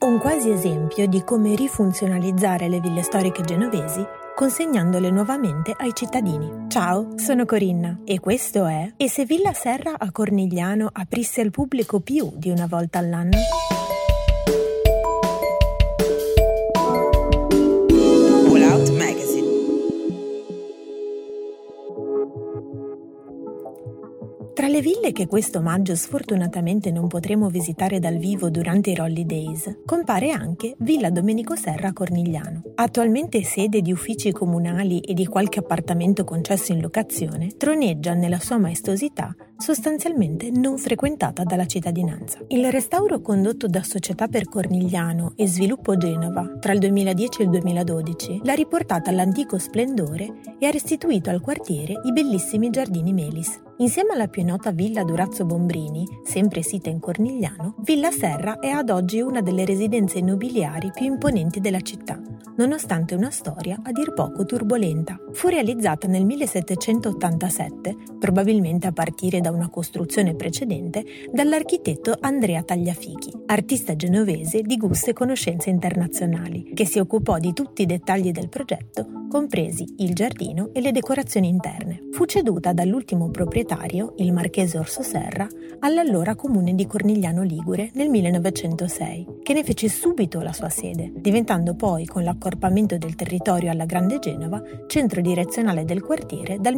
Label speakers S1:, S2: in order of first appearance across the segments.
S1: Un quasi esempio di come rifunzionalizzare le ville storiche genovesi consegnandole nuovamente ai cittadini. Ciao, sono Corinna e questo è E se Villa Serra a Cornigliano aprisse al pubblico più di una volta all'anno?
S2: All Out Magazine.
S1: Tra le ville che questo maggio sfortunatamente non potremo visitare dal vivo durante i Rolly Days, compare anche Villa Domenico Serra a Cornigliano. Attualmente sede di uffici comunali e di qualche appartamento concesso in locazione, troneggia nella sua maestosità sostanzialmente non frequentata dalla cittadinanza. Il restauro condotto da Società per Cornigliano e Sviluppo Genova tra il 2010 e il 2012 l'ha riportata all'antico splendore e ha restituito al quartiere i bellissimi giardini Melis. Insieme alla più nota Villa Durazzo Bombrini, sempre sita in Cornigliano, Villa Serra è ad oggi una delle residenze immobiliari più imponenti della città, nonostante una storia a dir poco turbolenta. Fu realizzata nel 1787, probabilmente a partire da una costruzione precedente, dall'architetto Andrea Tagliafichi, artista genovese di gusto e conoscenze internazionali, che si occupò di tutti i dettagli del progetto, compresi il giardino e le decorazioni interne. Fu ceduta dall'ultimo proprietario, il marchese Orso Serra, all'allora comune di Cornigliano Ligure nel 1906, che ne fece subito la sua sede, diventando poi, con l'accorpamento del territorio alla Grande Genova, centro direzionale del quartiere dal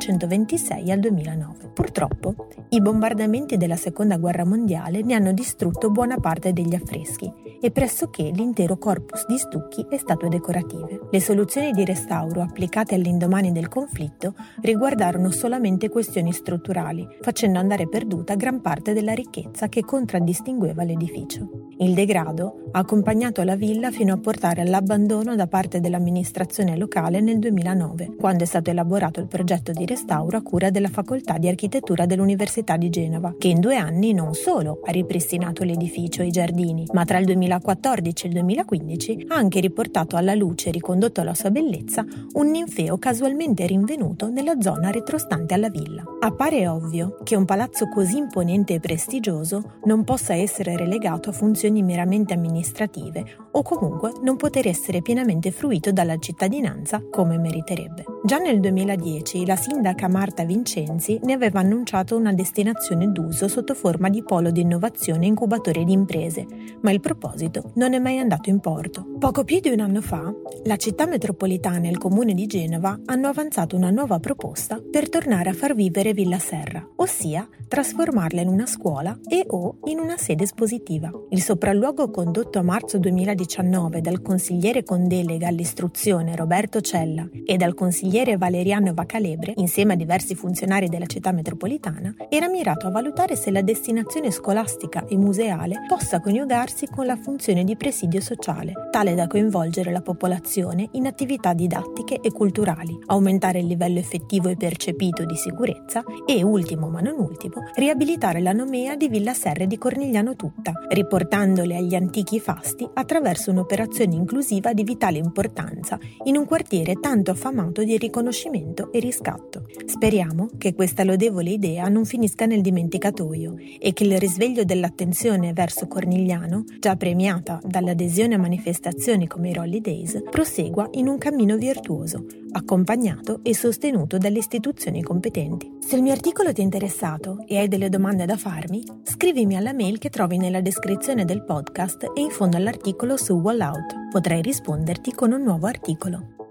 S1: 1926 al 2009. Purtroppo, i bombardamenti della Seconda Guerra Mondiale ne hanno distrutto buona parte degli affreschi e pressoché l'intero corpus di stucchi e statue decorative. Le soluzioni di restauro applicate all'indomani del conflitto riguardarono solamente questioni strutturali, facendo andare perduta gran parte della ricchezza che contraddistingueva l'edificio. Il degrado ha accompagnato la villa fino a portare all'abbandono da parte dell'amministrazione locale nel 2009, quando è stato elaborato il progetto di restauro a cura della Facoltà di Architettura dell'Università di Genova, che in 2 anni non solo ha ripristinato l'edificio e i giardini, ma tra il 2014 e il 2015 ha anche riportato alla luce e ricondotto alla sua bellezza un ninfeo casualmente rinvenuto nella zona retrostante alla villa. Appare ovvio che un palazzo così imponente e prestigioso non possa essere relegato a funzioni meramente amministrative o comunque non poter essere pienamente fruito dalla cittadinanza come meriterebbe. Già nel 2010 la sindaca Marta Vincenzi ne aveva annunciato una destinazione d'uso sotto forma di polo di innovazione e incubatore di imprese, ma il proposito non è mai andato in porto. Poco più di un anno fa, la città metropolitana e il comune di Genova hanno avanzato una nuova proposta per tornare a far vivere Villa Serra, ossia trasformarla in una scuola e o in una sede espositiva. Il sopralluogo condotto a marzo 2019 dal consigliere con delega all'istruzione Roberto Cella e dal consigliere Valeriano Vacalebre, insieme a diversi funzionari della città metropolitana, era mirato a valutare se la destinazione scolastica e museale possa coniugarsi con la funzione di presidio sociale, tale da coinvolgere la popolazione in attività didattiche e culturali, aumentare il livello effettivo e percepito di sicurezza e, ultimo ma non ultimo, riabilitare la nomea di Villa Serra e di Cornigliano tutta, riportandole agli antichi fasti attraverso un'operazione inclusiva di vitale importanza in un quartiere tanto affamato di riconoscimento e riscatto. Speriamo che questa lodevole idea non finisca nel dimenticatoio e che il risveglio dell'attenzione verso Cornigliano, già premiata dall'adesione a manifestazioni come i Rolly Days, prosegua in un cammino virtuoso, accompagnato e sostenuto dalle istituzioni competenti. Se il mio articolo ti è interessato e hai delle domande da farmi, scrivimi alla mail che trovi nella descrizione del podcast e in fondo all'articolo su All Out. Potrei risponderti con un nuovo articolo.